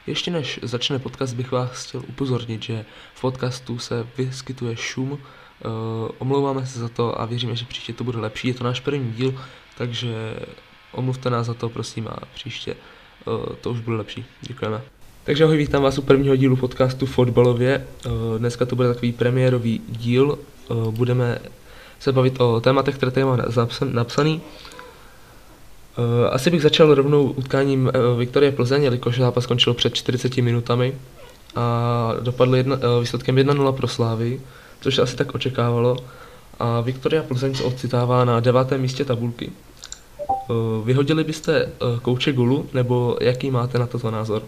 Ještě než začne podcast, bych vás chtěl upozornit, že v podcastu se vyskytuje šum. Omlouváme se za to a věříme, že příště to bude lepší. Je to náš první díl, takže omluvte nás za to, prosím, a příště to už bude lepší. Děkujeme. Takže ahoj, vítám vás u prvního dílu podcastu Fotbalově. Dneska to bude takový premiérový díl. Budeme se bavit o tématech, které tady mám napsaný. Asi bych začal rovnou utkáním Viktorie Plzeň, jelikož zápas skončil před 40 minutami a dopadl výsledkem 1-0 pro Slávii, což se asi tak očekávalo. A Viktoria Plzeň se ocitává na 9. místě tabulky. Vyhodili byste kouče Gulu, nebo jaký máte na toto názor?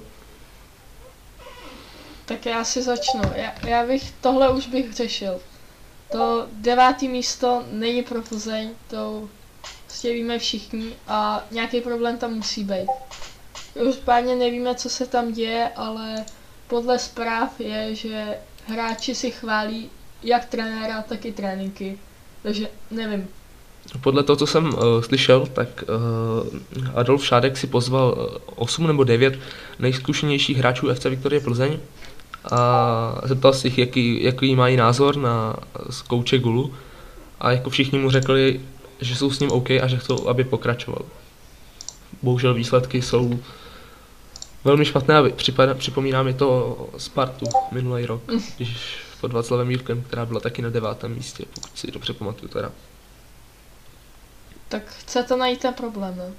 Tak já si začnu. Tohle už bych řešil. To 9. místo není pro Plzeň, to prostě víme všichni a nějaký problém tam musí být. Už pádně nevíme, co se tam děje, ale podle zpráv je, že hráči si chválí jak trenéra, tak i tréninky. Takže nevím. Podle toho, co jsem slyšel, tak Adolf Šádek si pozval 8 nebo 9 nejzkušenějších hráčů FC Viktorie Plzeň a zeptal se jich, jaký mají názor na kouče Gulu, a jako všichni mu řekli, že jsou s ním OK a že chcou, aby pokračoval. Bohužel výsledky jsou velmi špatné a připomíná mi to Spartu minulý rok, když pod Václavem Jurkem, která byla taky na 9. místě, pokud si dobře pamatuju teda. Tak chcete najít ten problém, ne?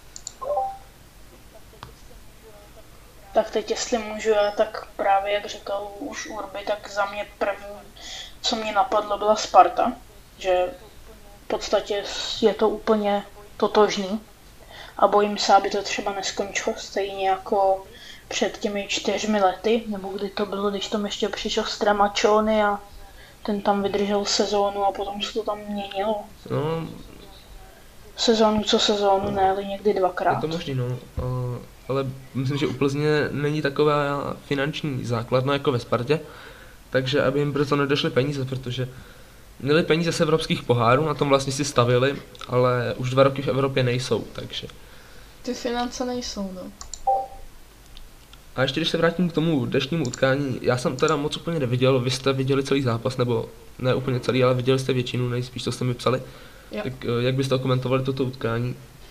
Tak teď, jestli můžu já, tak právě jak říkal už Urby, tak za mě první, co mě napadlo, byla Sparta, že v podstatě je to úplně totožný a bojím se, aby to třeba neskončilo stejně jako před těmi 4 lety, nebo kdy to bylo, když tam ještě přišel Stramaccioni a ten tam vydržel sezónu a potom se to tam měnilo. No, sezónu co sezónu, ne, ale někdy 2krát. je to možný, no. Ale myslím, že u Plzně není taková finanční základna jako ve Spartě, takže aby jim brzo nedošly peníze, protože měli peníze z evropských pohárů, na tom vlastně si stavili, ale už 2 roky v Evropě nejsou, takže. Ty finance nejsou, no. A ještě když se vrátím k tomu dnešnímu utkání, já jsem teda moc úplně neviděl, vy jste viděli celý zápas, nebo ne úplně celý, ale viděli jste většinu, nejspíš to jste mi psali. Jo. Tak jak byste okomentovali toto utkání?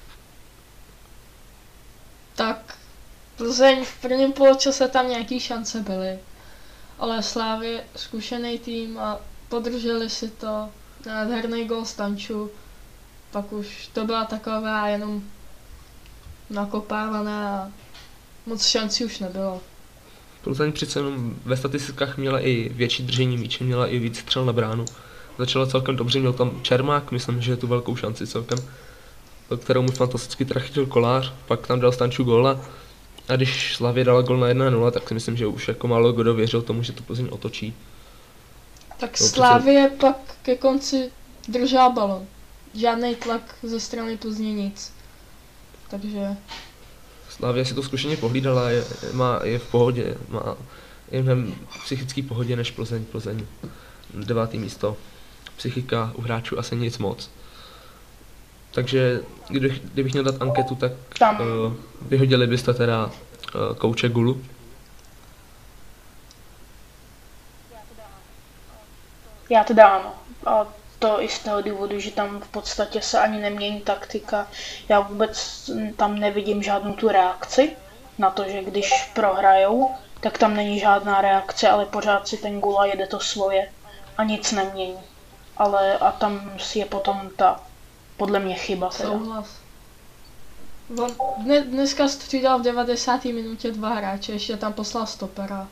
Tak Plzeň v prvním poločase tam nějaký šance byly, ale Slávě zkušený tým a podrželi si to, nádherný gól Stanču, pak už to byla taková jenom nakopávaná a moc šancí už nebylo. Plzeň přece jenom ve statistikách měla i větší držení míče, měla i víc střel na bránu. Začala celkem dobře, měl tam Čermák, myslím, že je tu velkou šanci celkem, kterou mu fantasticky trachytil Kolář, pak tam dal Stanču góla. A když Slavě dala gól na 1-0, tak si myslím, že už jako málo kdo věřil tomu, že to Plzeň otočí. Tak Slavie pak ke konci držela balon. Žádný tlak ze strany Plzně, nic. Takže Slavia si to zkušeně pohlídala, je v pohodě, je mnohem psychický pohodě než Plzeň. 9. místo. Psychika u hráčů asi nic moc. Takže kdybych měl dát anketu, tak vyhodili byste teda kouče Gulu. Já teda ano. A to i z toho důvodu, že tam v podstatě se ani nemění taktika. Já vůbec tam nevidím žádnou tu reakci na to, že když prohrajou, tak tam není žádná reakce, ale pořád si ten Gula jede to svoje a nic nemění. A tam je potom ta, podle mě, chyba. souhlas. Dneska střídal v 90. minutě 2 hráče, ještě tam poslal stopera.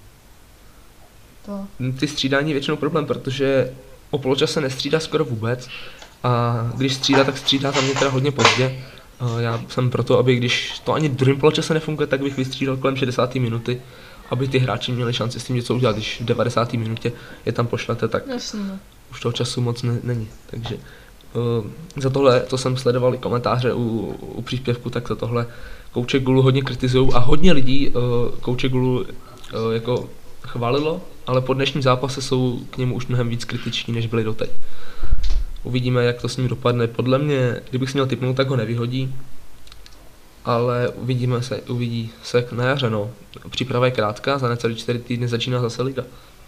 Ty střídání je většinou problém, protože o poločase nestřídá skoro vůbec a když střídá, tak střídá za mě teda hodně pozdě. Já jsem proto, aby když to ani v druhém poločase nefunguje, tak bych vystřídal kolem 60. minuty, aby ty hráči měli šanci s tím něco udělat. Když v 90. minutě je tam pošlete, tak už toho času moc není. Takže za tohle, to jsem sledoval i komentáře u příspěvku, tak za tohle kouče Gulu hodně kritizujou a hodně lidí kouče Gulu jako chválilo, ale po dnešním zápase jsou k němu už mnohem víc kritiční, než byli doteď. Uvidíme, jak to s ním dopadne. Podle mě, kdybych si měl tipnout, tak ho nevyhodí. ale uvidí se na jaře, no. Příprava je krátká, za necelý 4 týdny začíná zase liga.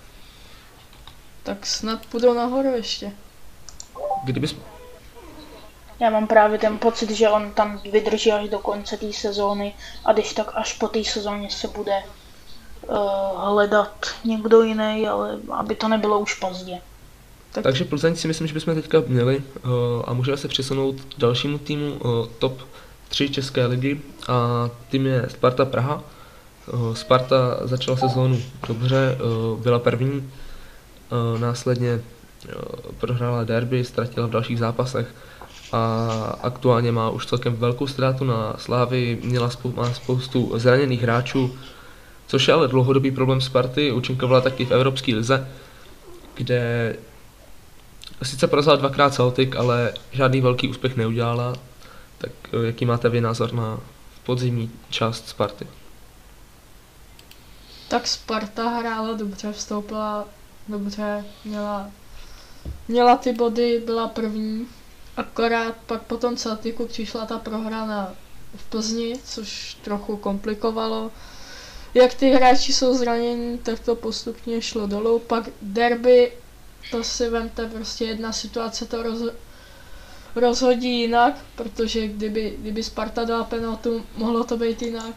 Tak snad půjdou nahoru ještě. Kdybys... Já mám právě ten pocit, že on tam vydrží až do konce té sezóny a když tak až po té sezóně se bude hledat někdo jiný, ale aby to nebylo už pozdě. Takže Plzeň si myslím, že bychom teďka měli a můžeme se přesunout k dalšímu týmu top 3 České ligy a tím je Sparta Praha. Sparta začala sezónu dobře, byla první, následně prohrála derby, ztratila v dalších zápasech a aktuálně má už celkem velkou ztrátu na Slávii, má spoustu zraněných hráčů, což je ale dlouhodobý problém Sparty, účinkovala taky v Evropské lize, kde sice porazila 2krát Celtic, ale žádný velký úspěch neudělala. Tak jaký máte vy názor na podzimní část Sparty? Tak Sparta hrála dobře, vstoupila dobře, měla ty body, byla první. Akorát pak po tom Celticu přišla ta prohra v Plzni, což trochu komplikovalo. Jak ty hráči jsou zranění, tak to postupně šlo dolů. Pak derby, to si vemte, prostě jedna situace to rozhodí jinak, protože kdyby Sparta dala penaltu, mohlo to být jinak.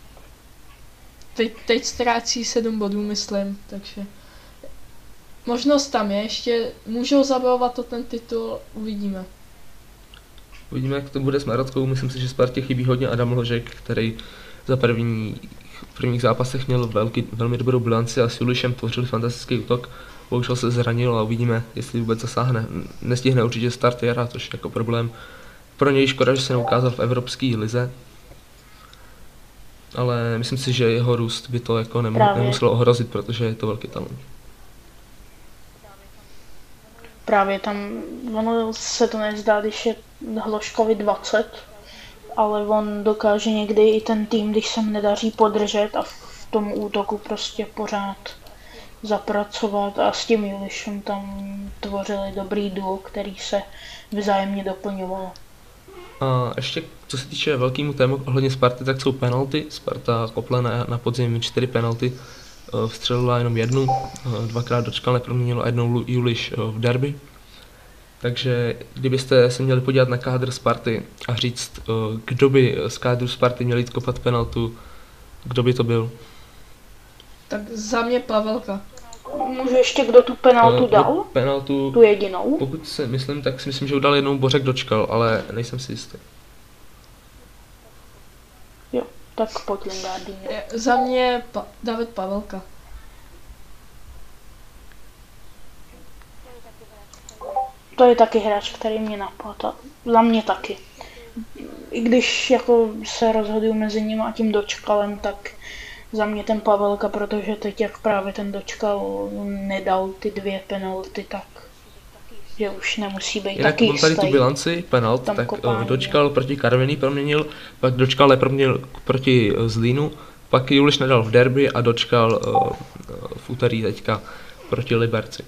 Teď ztrácí 7 bodů, myslím, takže možnost tam je, ještě můžou zabojovat o ten titul, uvidíme. Uvidíme, jak to bude s Marodskou. Myslím si, že Spartě chybí hodně Adam Ložek, který za prvních zápasech měl velmi dobrou bilanci a s Julišem tvořili fantastický útok. Bohužel se zranil a uvidíme, jestli vůbec zasáhne. Nestihne určitě start jara, což je jako problém. Pro něj škoda, že se neukázal v evropské lize. Ale myslím si, že jeho růst by to jako nemuselo ohrozit, protože je to velký talent. Právě tam, ono se to nezdá, když je Hloškovi 20, ale on dokáže někdy i ten tým, když se mu nedaří podržet a v tom útoku prostě pořád zapracovat a s tím Julišem tam tvořili dobrý duo, který se vzájemně doplňovalo. A ještě co se týče velkému tému ohledně Sparty, tak jsou penalty. Sparta kopla na podzim 4 penalty, vstřelila jenom jednu, 2krát dočkal, neproměnilo a jednou Juliš v derby. Takže kdybyste se měli podívat na kádr Sparty a říct, kdo by z kádru Sparty měl jít kopat penaltu, kdo by to byl? Tak za mě Pavelka. Můžu ještě, kdo tu penaltu dal? Penaltu, tu jedinou? Pokud si myslím, tak si myslím, že udal jednou Bořek dočkal, ale nejsem si jistý. Jo, tak pojď Lingardini. Za mě David Pavelka. To je taky hráč, který mě napadl. Za mě taky. I když jako se rozhoduju mezi ním a tím Dočkalem, tak za mě ten Pavelka, protože teď jak právě ten Dočkal nedal ty 2 penalty, tak že už nemusí být jinak taky jistý. Jinak tady tu bilanci penalt, tak Dočkal proti Karviní proměnil, pak Dočkal neproměnil proti Zlínu, pak Juliš nedal v derby a Dočkal v úterý teďka proti Liberci.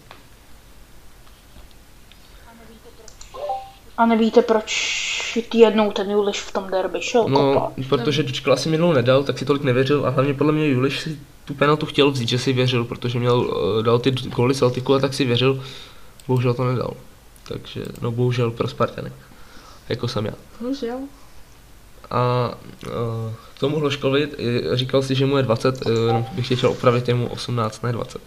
A nevíte, proč jednou ten Juliš v tom derby šel kopat? Protože Dočkal asi minulou nedal, tak si tolik nevěřil a hlavně podle mě Juliš si tu penaltu chtěl vzít, že si věřil, protože dal ty góly Celticu a tak si věřil, bohužel to nedal. Takže, bohužel pro Spartany, jako jsem já. Bohužel. A k tomu Hloškovi říkal si, že mu je 20, jenom bych chtěl opravit, je mu 18, ne 20.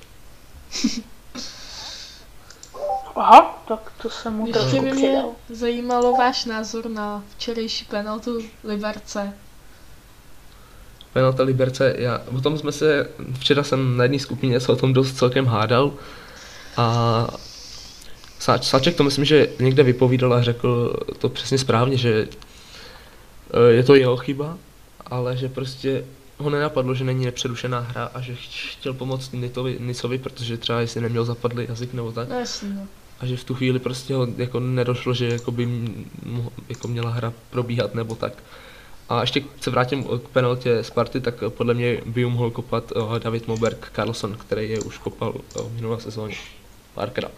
Aha, tak to jsem mu Ještě trošku by mě přidal. zajímalo váš názor na včerejší penaltu Liberce. Penalta Liberce, o tom včera jsem na jedné skupině se o tom dost celkem hádal a Sáček to myslím, že někde vypovídal a řekl to přesně správně, že je to jeho chyba, ale že prostě ho nenapadlo, že není nepřerušená hra a že chtěl pomoct Nicovi, protože třeba jestli neměl zapadlý jazyk nebo tak. Jasně. A že v tu chvíli prostě ho jako nedošlo, že jako by měla hra probíhat nebo tak. A ještě se vrátím k penaltě Sparty, tak podle mě by mohl kopat David Moberg Karlsson, který je už kopal v minulé sezóně párkrát.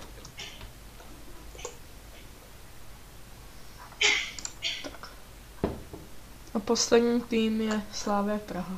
A poslední tým je Slavia Praha.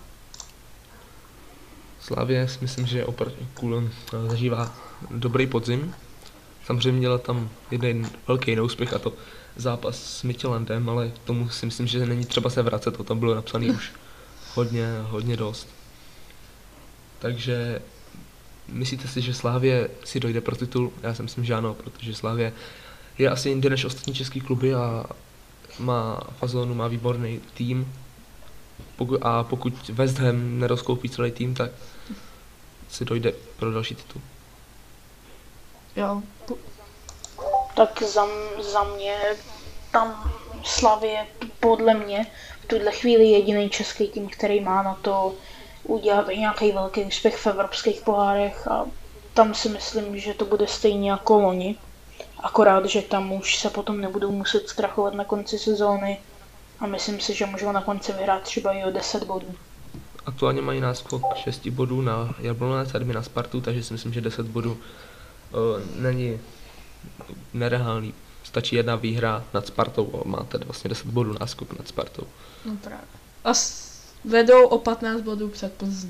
Slavie si myslím, že opravdu zažívá dobrý podzim. Samozřejmě měla tam jeden velký neúspěch, a to zápas s Midtjyllandem, ale k tomu si myslím, že není třeba se vracet, to tam bylo napsané už hodně dost. Takže myslíte si, že Slavie si dojde pro titul? Já si myslím, že ano, protože Slavie je asi jinde než ostatní český kluby a má fazónu, má výborný tým. Pokud West Ham nerozkoupí celý tým, tak si dojde pro další titul. Jo. Tak za mě tam Slavie podle mě v tuhle chvíli jediný český tým, který má na to udělat nějaký velký úspěch v evropských pohárech, a tam si myslím, že to bude stejně jako loni. Akorát, že tam už se potom nebudou muset zkrachovat na konci sezóny a myslím si, že můžou na konci vyhrát třeba i o 10 bodů. Aktuálně mají náskok 6 bodů na Jablonec, 7 na Spartu, takže si myslím, že 10 bodů není nereálný. Stačí jedna výhra nad Spartou a máte vlastně 10 bodů náskok nad Spartou. No právě. A vedou o 15 bodů před Plzní.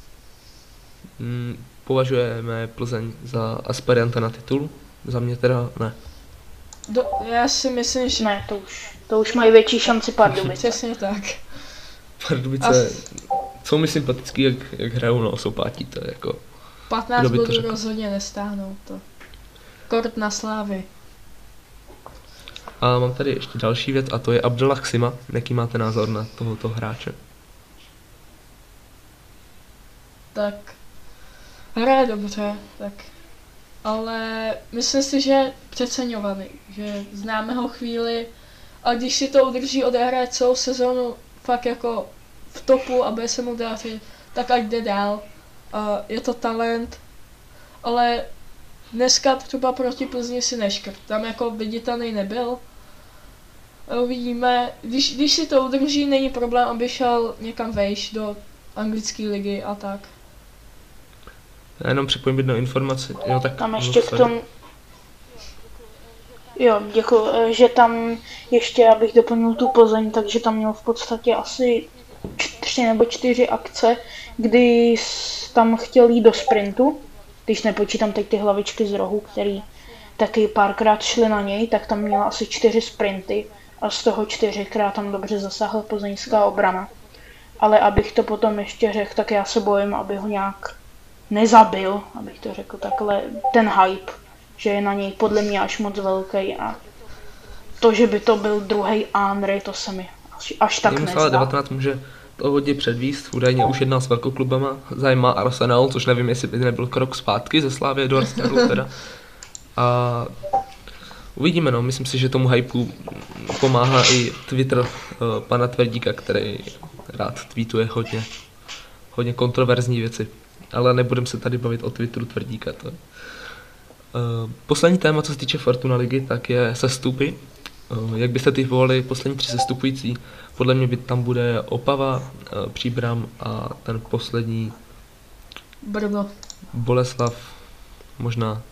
Považujeme Plzeň za aspiranta na titul? Za mě teda ne. Já si myslím, že... Ne, to už mají větší šanci Pardubice. Přesně tak. Pardubice jsou mi sympatický, jak hrajou, no, jsou pátí, to je jako... 15 bodů rozhodně nestáhnou to. Kort na Slávy. A mám tady ještě další věc, a to je Abdullah Ksima. Jaký máte názor na tohoto hráče? Tak hraje dobře, tak. Ale myslím si, že přeceňovaný, že známe ho chvíli a když si to udrží, odehraje celou sezonu fakt jako v topu a bude se mu dařit, tak ať jde dál. Je to talent, ale dneska třeba proti Plzni si neškrt, tam jako viditelný nebyl. Uvidíme, když si to udrží, není problém, aby šel někam vejš do anglické ligy a tak. Já jenom připojím jednu informaci. Jo, tak tam ještě k tomu... Jo, děkuji, že tam ještě, abych doplnil tu Plzeň, takže tam měl v podstatě asi 3 nebo 4 akce, kdy tam chtěl jít do sprintu, když nepočítám teď ty hlavičky z rohu, který taky párkrát šly na něj, tak tam měl asi 4 sprinty a z toho 4krát tam dobře zasáhla plzeňská obrana. Ale abych to potom ještě řekl, tak já se bojím, aby ho nějak nezabil, abych to řekl takhle, ten hype, že je na něj podle mě až moc velký, a to, že by to byl druhý Henry, to se mi až tak nezdá. 19 může to hodně předvíst, údajně už jedná s velkoklubama, zájem má Arsenal, což nevím, jestli by nebyl krok zpátky ze Slavie do Arsenalu teda. A uvidíme, no, myslím si, že tomu hypeu pomáhá i Twitter pana Tvrdíka, který rád tweetuje hodně kontroverzní věci. Ale nebudem se tady bavit o Twitteru Tvrdíka. Poslední téma, co se týče Fortuna ligy, tak je sestupy. Jak byste typovali poslední 3 sestupující? Podle mě tam bude Opava, Příbram a ten poslední Brno. Boleslav, možná.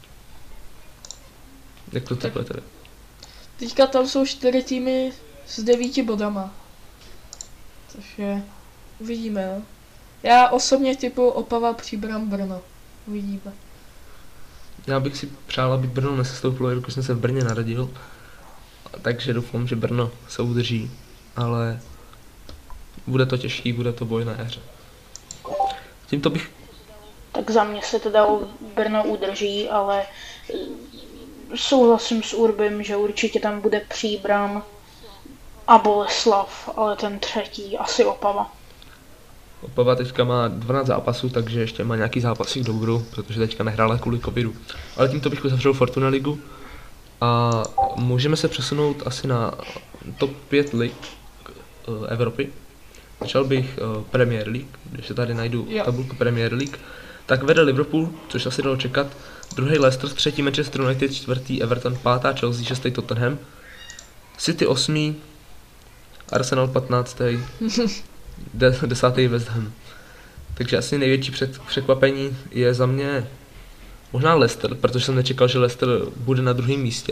Jak to typujete? Teďka tam jsou 4 týmy s 9 bodama. Což je... Uvidíme, no. Já osobně typuju Opava, Příbram, Brno. Uvidíme. Já bych si přál, aby Brno nesestoupilo, jelikož jsem se v Brně narodil. Takže doufám, že Brno se udrží. Ale bude to těžký, bude to boj na jaře. Tímto bych... Tak za mě se teda Brno udrží, ale souhlasím s Urbim, že určitě tam bude Příbram a Boleslav, ale ten třetí asi Opava. Opava teďka má 12 zápasů, takže ještě má nějaký zápasík do budou, protože teďka nehrála kvůli covidu. Ale tímto bych uzavřel Fortuna ligu a můžeme se přesunout asi na top 5 lig Evropy. Začal bych Premier League, když se tady najdu tabulku Premier League. Tak vede Liverpool, což asi dalo čekat, druhý Leicester, třetí Manchester United, čtvrtý Everton, pátá Chelsea, šestý Tottenham, City 8, Arsenal 15, 10. West Ham. Takže asi největší překvapení je za mě možná Leicester, protože jsem nečekal, že Leicester bude na druhém místě.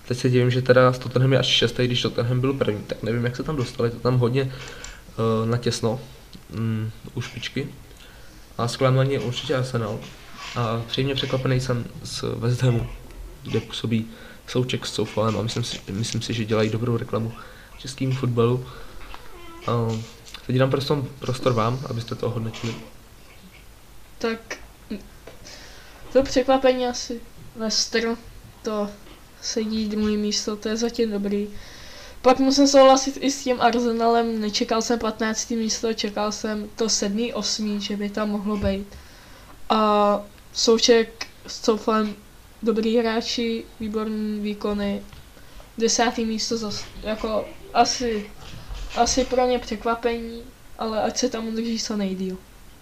Teď se divím, že teda Tottenham je až 6, když Tottenham byl první, tak nevím, jak se tam dostali, to tam hodně natěsno u špičky. A zklamaný je určitě Arsenal. A příjemně překvapený jsem z West Hamu, kde působí Souček s Coufalem a myslím si, že dělají dobrou reklamu českému fotbalu. Teď dám prostor vám, abyste to ohodnotili. Tak to překvapení asi Leicester, to sedí druhé místo, to je zatím dobrý. Pak musím souhlasit i s tím Arsenalem, nečekal jsem 15. místo, čekal jsem to 7., 8., že by tam mohlo být. A Souček s Coufalem dobrý hráči, výborný výkony. 10. místo zase, jako asi pro ně překvapení, ale ať se tam udrží co nejdýl.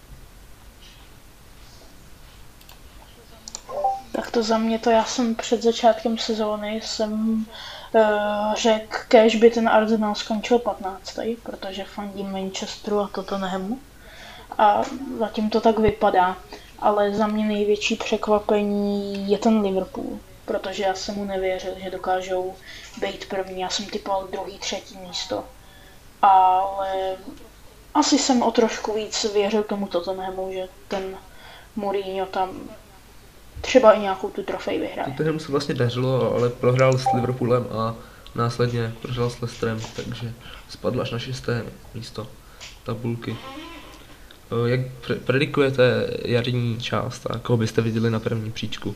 Tak to za mě to já jsem před začátkem sezóny řekl, kéž by ten Arsenal skončil 15. protože fandím Manchesteru a Tottenhamu. A zatím to tak vypadá. Ale za mě největší překvapení je ten Liverpool, protože já jsem mu nevěřil, že dokážou být první. Já jsem typoval 2., 3. místo. Ale asi jsem o trošku víc věřil tomu Tottenhamu, že ten Mourinho tam třeba i nějakou tu trofej vyhraje. Tottenhamu se vlastně dařilo, ale prohrál s Liverpoolem a následně prohrál s Leicesterem, takže spadl až na 6. místo tabulky. Jak predikujete jarní část a koho byste viděli na první příčku?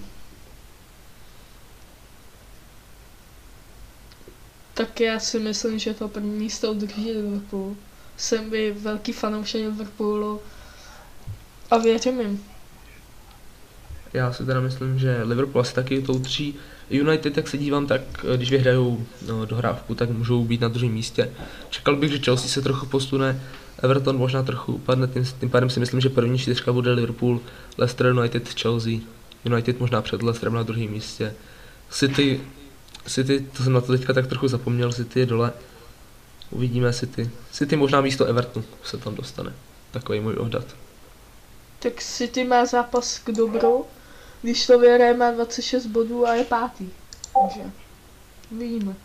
Tak já si myslím, že to první místo udrží Liverpool. Jsem by velký fanoušek Liverpoolu a věřím jim. Já si teda myslím, že Liverpool asi taky to udrží. United, jak se dívám, tak když vyhrajou dohrávku, tak můžou být na druhém místě. Čekal bych, že Chelsea se trochu posune, Everton možná trochu upadne, tím pádem si myslím, že první 4 bude Liverpool, Leicester, United, Chelsea. United možná před Leicesterem na druhém místě. City, to jsem na to teďka tak trochu zapomněl, City je dole. Uvidíme City. City možná místo Evertonu se tam dostane. Takový můj odhad. Tak City má zápas k dobru, když to vyhraje, má 26 bodů a je 5. Takže uvidíme.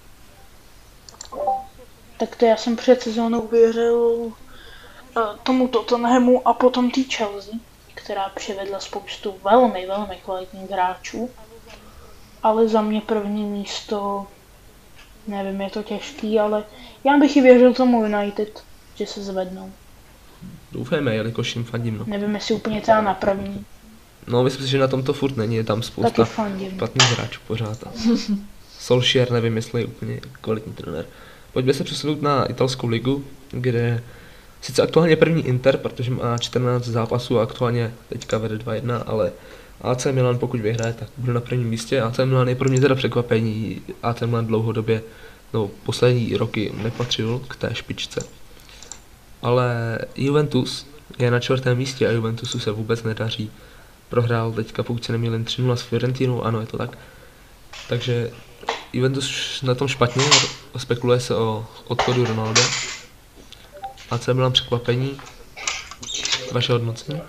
Tak to já jsem před sezónou věřil tomu Tottenhamu a potom té Chelsea, která přivedla spoustu velmi, velmi kvalitních hráčů. Ale za mě první místo, nevím, je to těžký, ale já bych i věřil tomu United, že se zvednou. Doufejme, jelikož jim fandím. No. Nevím, jestli úplně třeba na první. No, myslím si, že na tom to furt není, je tam spousta špatných hráčů pořád. Solskjaer nevím, jestli je úplně kvalitní trenér. Pojďme se přesunout na italskou ligu, kde sice aktuálně první Inter, protože má 14 zápasů a aktuálně teďka vede 2-1, ale AC Milan pokud vyhraje, tak bude na prvním místě. AC Milan je pro mě teda překvapení, AC Milan dlouhodobě, no poslední roky nepatřil k té špičce. Ale Juventus je na 4. místě a Juventusu se vůbec nedaří. Prohrál teďka, pokud se nemýlím, 3-0 s Fiorentinou, ano, je to tak. Takže Juventus na tom špatně, spekuluje se o odchodu Ronalda. AC Milan překvapení. Vaše hodnocení?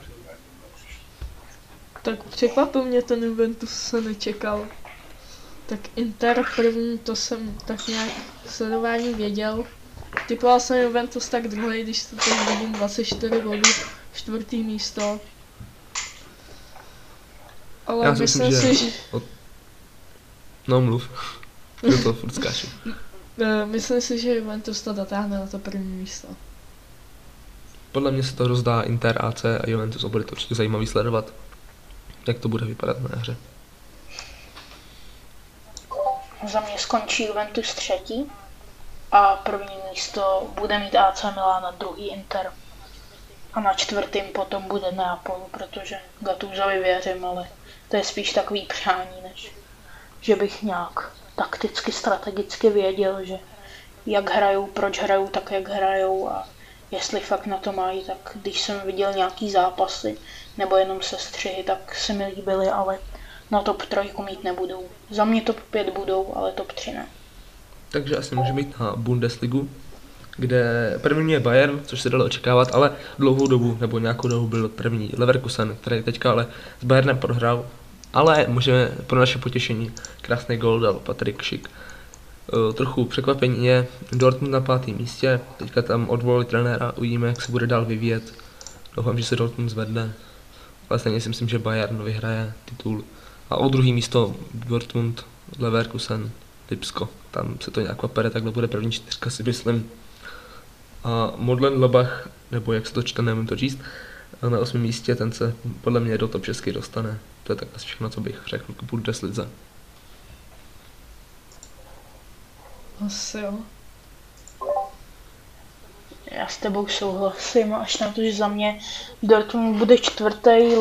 Tak překvapil mě ten Juventus, se nečekal. Tak Inter první, to jsem tak nějak sledování věděl. Typoval jsem Juventus tak druhý, když to teď vidím 24 bodů, 4. místo. Ale já myslím si, že... No mluv, že to furt skáču. Myslím si, že Juventus to dotáhne na to první místo. Podle mě se to rozdá Inter, AC a Juventus a bude to určitě zajímavý sledovat, jak to bude vypadat na hře. Za mě skončí Juventus 3. a první místo bude mít AC Milan a druhý Inter. A na 4. potom bude Neapol, protože Gattusovi věřím, ale to je spíš takový přání, než že bych nějak takticky, strategicky věděl, že jak hrajou, proč hrajou tak, jak hrajou a jestli fakt na to mají, tak když jsem viděl nějaký zápasy nebo jenom sestřihy, tak se mi líbily, ale na top 3 mít nebudou. Za mě top 5 budou, ale top 3 ne. Takže asi můžeme jít na Bundesligu, kde první je Bayern, což se dalo očekávat, ale dlouhou dobu, nebo nějakou dobu byl první Leverkusen, který teďka ale s Bayernem prohrál Ale můžeme pro naše potěšení krásný gól dal Patrik Schick. Trochu překvapení je Dortmund na 5. místě, teďka tam odvolali trenéra, uvidíme, jak se bude dál vyvíjet. Doufám, že se Dortmund zvedne, ale stejně si myslím, že Bayern vyhraje titul. A o 2. místo Dortmund, Leverkusen, Lipsko, tam se to nějak pere, takhle bude první 4, si myslím. A Mönchengladbach, nebo jak se to čte, nevím to číst, na 8. místě, ten se podle mě do top 6 dostane. To je tak asi všechno, co bych řekl k Bundeslize. Asi jo. Já s tebou souhlasím, až na to, že za mě Dortmund bude 4.,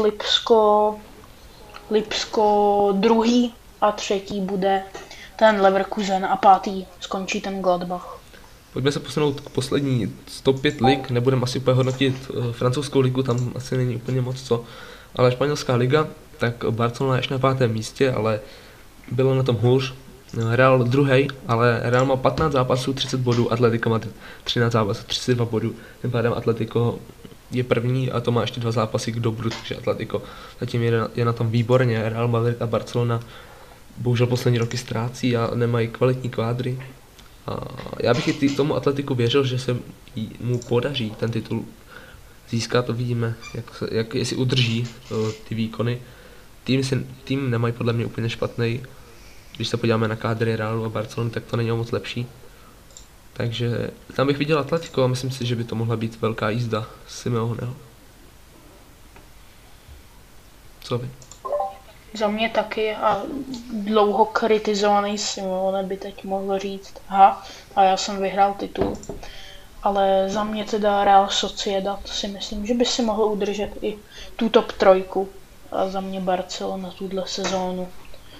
Lipsko 2. a 3. bude ten Leverkusen a 5. skončí ten Gladbach. Pojďme se posunout k poslední z top 5 lig, nebudeme asi úplně hodnotit francouzskou ligu, tam asi není úplně moc co, ale španělská liga, tak Barcelona je ještě na 5. místě, ale bylo na tom hůř. Real 2., ale Real má 15 zápasů, 30 bodů, Atletico Madrid 13 zápasů, 32 bodů, tím pádem Atletico je první a to má ještě 2 zápasy k dobru, takže Atletico zatím je na tom výborně, Real Madrid a Barcelona bohužel poslední roky ztrácí a nemají kvalitní kvádry. A já bych i tomu Atletiku věřil, že se mu podaří ten titul získat, to vidíme, jestli udrží ty výkony. Tým nemají podle mě úplně špatný. Když se podíváme na kádry Realu a Barcelony, tak to není o moc lepší. Takže tam bych viděl Atletico a myslím si, že by to mohla být velká jízda Simeoneho. Co vy? Za mě taky a dlouho kritizovaný Simeone by teď mohl říct, a já jsem vyhrál titul. Ale za mě teda Real Sociedad si myslím, že by si mohl udržet i tu top 3. A za mě Barcelona tuhle sezónu.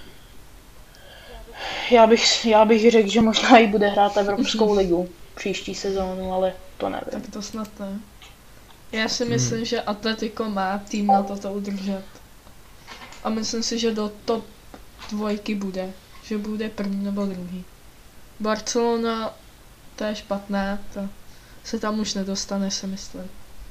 Já bych řekl, že možná i bude hrát Evropskou ligu příští sezónu, ale to nevím. Tak to snad ne. Já si myslím, že Atletico má tým na toto udržet. A myslím si, že do top 2 bude. Že bude 1. nebo 2. Barcelona, to je špatné, to se tam už nedostane, si myslím.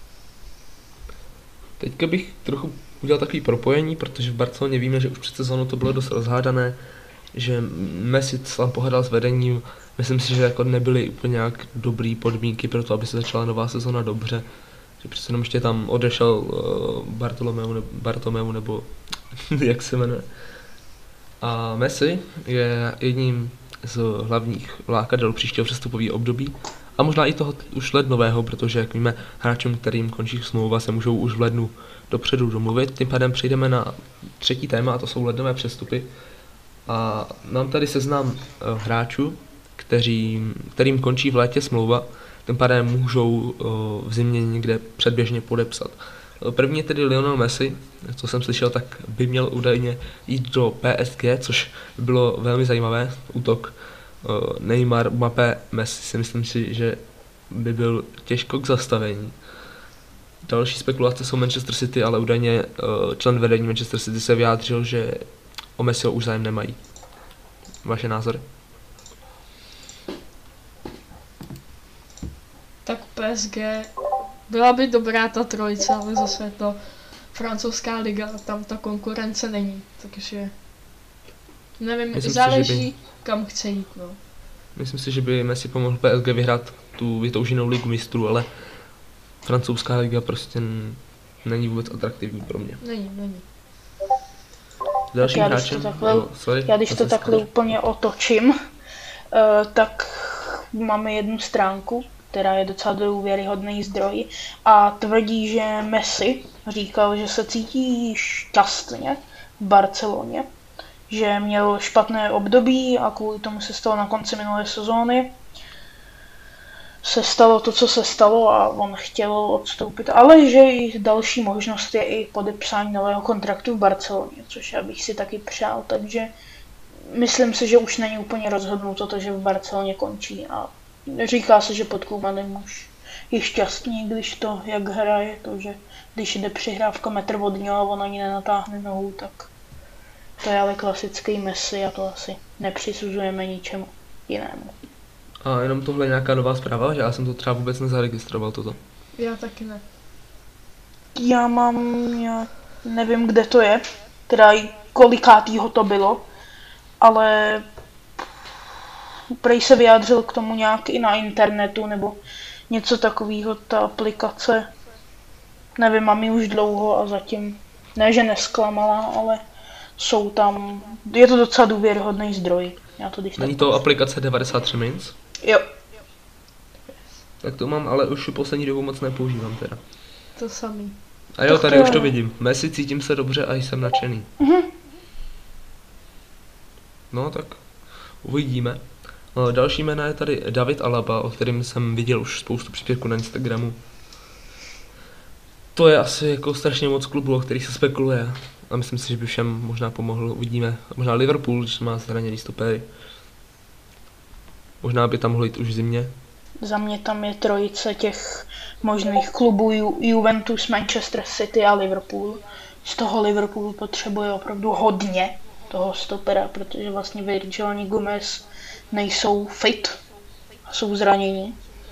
Teďka bych trochu udělal takový propojení, protože v Barceloně víme, že už před sezónou to bylo dost rozhádané, že Messi sám pohádal s vedením, myslím si, že jako nebyly úplně nějak dobrý podmínky pro to, aby se začala nová sezóna dobře, že přece jenom ještě tam odešel Bartomeu nebo jak se jmenuje. A Messi je jedním z hlavních lákadel příštího přestupového období a možná i toho už lednového, protože jak víme, hráčům, kterým končí smlouva, se můžou už v lednu dopředu domluvit. Tím pádem přejdeme na 3. téma a to jsou lednové přestupy. A mám tady seznam hráčů, kterým končí v létě smlouva, tím pádem můžou v zimě někde předběžně podepsat. První je tedy Lionel Messi, co jsem slyšel, tak by měl údajně jít do PSG, což by bylo velmi zajímavé, útok Neymar, Mbappé, Messi si myslím si, že by byl těžko k zastavení. Další spekulace jsou Manchester City, ale údajně člen vedení Manchester City se vyjádřil, že o Messiho už zájem nemají. Vaše názory? Tak PSG byla by dobrá ta trojice, ale zase to francouzská liga, tam ta konkurence není, takže nevím, Myslím záleží kam chce jít, no. Myslím si, že by Messi pomohl PSG vyhrát tu vytouženou ligu mistrů, ale francouzská liga prostě není vůbec atraktivní pro mě. Není. Dalším hráčem, já když to takhle úplně otočím, tak máme jednu stránku, která je docela důvěryhodný zdroj a tvrdí, že Messi říkal, že se cítí šťastně v Barceloně, že měl špatné období a kvůli tomu se stalo na konci minulé sezóny. Se stalo to, co se stalo a on chtěl odstoupit, ale že i další možnost je i podepsání nového kontraktu v Barceloně, což já bych si taky přál, takže myslím si, že už není úplně rozhodnuto to, že v Barceloně končí a říká se, že pod Koemanem už je šťastný, když to, jak hraje, to, že když jde přihrávka metr od něho a on ani nenatáhne nohu, tak to je ale klasický Messi a to asi nepřisuzujeme ničemu jinému. A jenom tohle je nějaká nová zpráva, že já jsem to třeba vůbec nezaregistroval toto. Já taky ne. Já nevím, kde to je, teda i kolikátýho to bylo, ale prej se vyjádřil k tomu nějak i na internetu nebo něco takového, ta aplikace. Nevím, mám ji už dlouho a zatím, ne že nesklamala, ale jsou tam, je to docela důvěryhodný zdroj. Já to Není to aplikace 93 Minutes? Jo. Tak to mám, ale už poslední dobu moc nepoužívám teda. To samý. A jo, tady už to vidím. Messi, cítím se dobře a jsem nadšený. No tak uvidíme. Další jména je tady David Alaba, o kterém jsem viděl už spoustu příspěvků na Instagramu. To je asi jako strašně moc klubů, o kterých se spekuluje. A myslím si, že by všem možná pomohl, uvidíme. Možná Liverpool, když má zraněný stopéry. Možná by tam mohlo jít už v zimě. Za mě tam je trojice těch možných klubů Juventus, Manchester City a Liverpool. Z toho Liverpool potřebuje opravdu hodně toho stopera, protože vlastně Virgil ani Gomez nejsou fit a jsou zranění.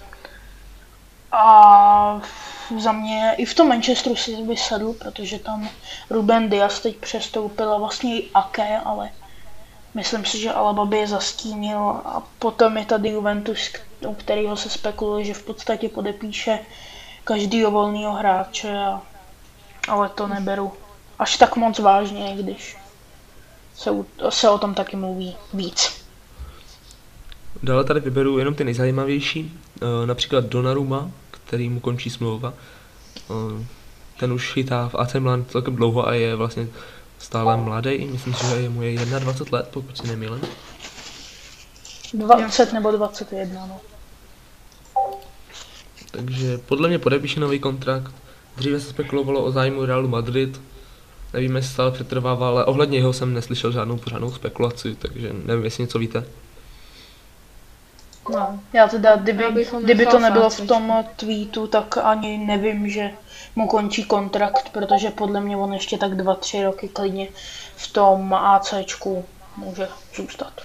A za mě i v tom Manchesteru si vysadl, protože tam Ruben Dias teď přestoupil a vlastně i Ake, ale myslím si, že Alaba by je zastínil. A potom je tady Juventus, u kterého se spekuluje, že v podstatě podepíše každýho volného hráče, ale to neberu až tak moc vážně, když se o tom taky mluví víc. Dále tady vyberu jenom ty nejzajímavější, například Donnarumma, který mu končí smlouva. Ten už chytá v AC Milan celkem dlouho a je vlastně stále mladý, myslím si, že mu je 21 let, pokud si nemýlím. 20 nebo 21, no. Takže podle mě podepíše nový kontrakt. Dříve se spekulovalo o zájmu Realu Madrid. Nevím, jestli stále přetrvává, ale ohledně jeho jsem neslyšel žádnou pořádnou spekulaci, takže nevím, jestli něco víte. No, já teda, kdyby to nebylo v tom tweetu, tak ani nevím, že mu končí kontrakt, protože podle mě on ještě tak 2-3 roky klidně v tom ACčku může zůstat.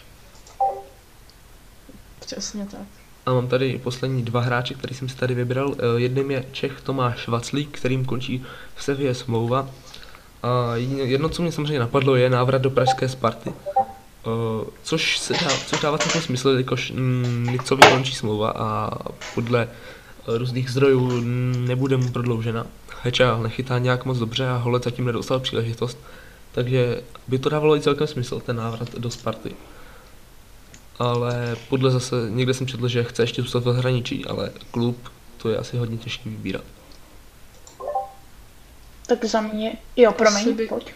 Přesně tak. A mám tady poslední dva hráče, který jsem si tady vybral. Jedním je Čech Tomáš Vaclík, kterým končí v Sevilla smlouva. A jedno, co mě samozřejmě napadlo, je návrat do pražské Sparty. Což dává celkem smysl, jakož Nicovi končí smlouva a podle různých zdrojů nebude mu prodloužena. Heča nechytá nějak moc dobře a Holec zatím nedostal příležitost, takže by to dávalo i celkem smysl, ten návrat do Sparty. Ale podle zase, někde jsem četl, že chce ještě zůstat v zahraničí, ale klub, to je asi hodně těžký vybírat. Tak za mě, jo, promiň, pojď.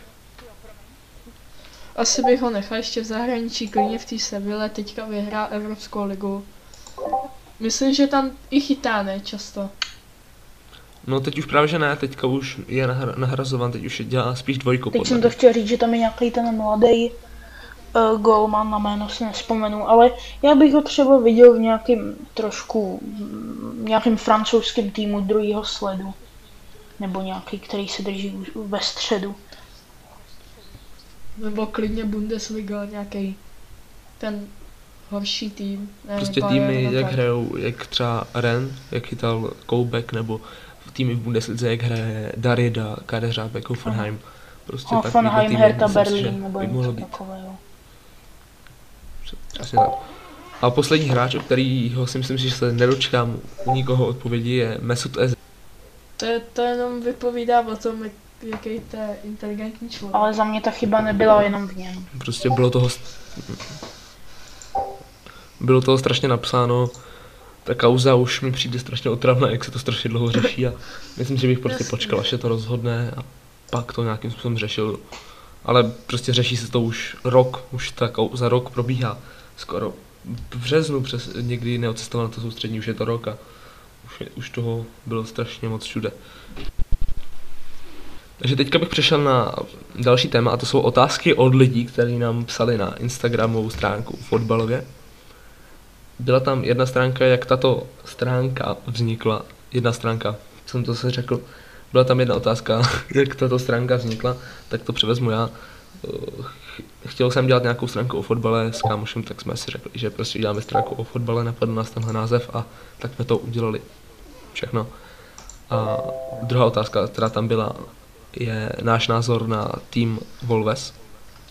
Asi bych ho nechal ještě v zahraničí, klidně v té Seville, teďka vyhrá Evropskou ligu. Myslím, že tam i chytá, ne, často. No teď už právě že ne, teďka už je nahrazovan, teď už dělá spíš dvojku. Teď jsem to chtěl říct, že tam je nějaký ten mladý golman, na jméno si nespomenu, ale já bych ho třeba viděl v nějakým francouzském týmu druhého sledu. Nebo nějaký, který se drží ve středu. Nebo klidně Bundesliga, nějaký ten horší tým. Ne, prostě týmy, jak hrajou, jak třeba Rennes, jak chytal Koubek, nebo týmy v Bundeslize, jak hraje Darida, Kadeřábek, Hoffenheim. Prostě Hoffenheim, Hertha Berlin, nebo něco takového. Přesně tak. A poslední hráč, o kterýho si myslím, že se nedočkám u nikoho odpovědi, je Mesut Özil. To jenom vypovídá o tom, jaký to je inteligentní člověk. Ale za mě ta chyba nebyla jenom v něm. Prostě bylo toho strašně napsáno. Ta kauza už mi přijde strašně otravná, jak se to strašně dlouho řeší a myslím, že bych prostě počkal, až se to rozhodne a pak to nějakým způsobem řešil. Ale prostě řeší se to už rok, už ta kauza rok probíhá. Skoro v březnu někdy neodcestoval na to soustřední, už je to rok a už toho bylo strašně moc všude. Takže teďka bych přešel na další téma a to jsou otázky od lidí, kteří nám psali na Instagramovou stránku Fotbalově. Byla tam jedna stránka, jak tato stránka vznikla. Jedna stránka, jsem to se řekl. Byla tam jedna otázka, jak tato stránka vznikla, tak to převezmu já. Chtěl jsem dělat nějakou stránku o fotbale s kámošem, tak jsme si řekli, že prostě děláme stránku o fotbale, napadl nás tenhle název a tak jsme to udělali. Všechno. A druhá otázka, která tam byla, je náš názor na tým Wolves.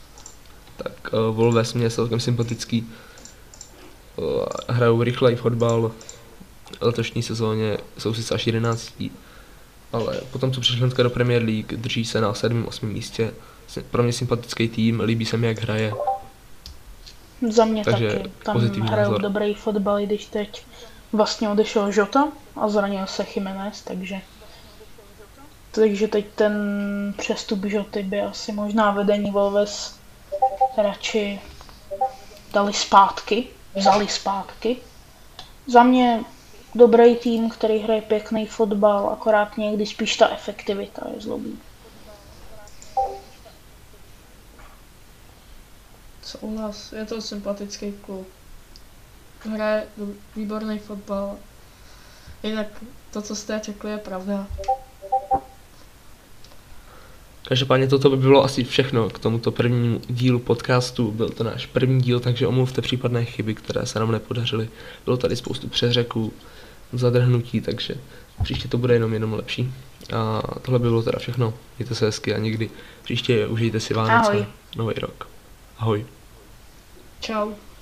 tak Wolves mě je celkem sympatický. Hrajou rychlej fotbal, letošní sezóně jsou sice až 11, ale potom co přišli hnedka do Premier League, drží se na 7. 8. místě. Pro mě sympatický tým, líbí se mi jak hraje. Za mě Takže taky. Tam pozitivní hrajou názor. dobrý fotbal, i když teď vlastně odešel Jota a zranil se Jiménez, takže teď ten přestup Joty by asi možná vedení Wolves radši vzali zpátky. Za mě dobrý tým, který hraje pěkný fotbal, akorát někdy spíš ta efektivita je zlobí. Souhlas, je to sympatický klub. Hraje výborný fotbal. Jinak to, co jste řekli, je pravda. Každopádně toto by bylo asi všechno k tomuto prvnímu dílu podcastu. Byl to náš první díl, takže omluvte případné chyby, které se nám nepodařily. Bylo tady spoustu přeřeků, zadrhnutí, takže příště to bude jenom lepší. A tohle by bylo teda všechno. Mějte se hezky a někdy příště užijte si Vánoce, Ahoj. Nový rok. Ahoj. Čau.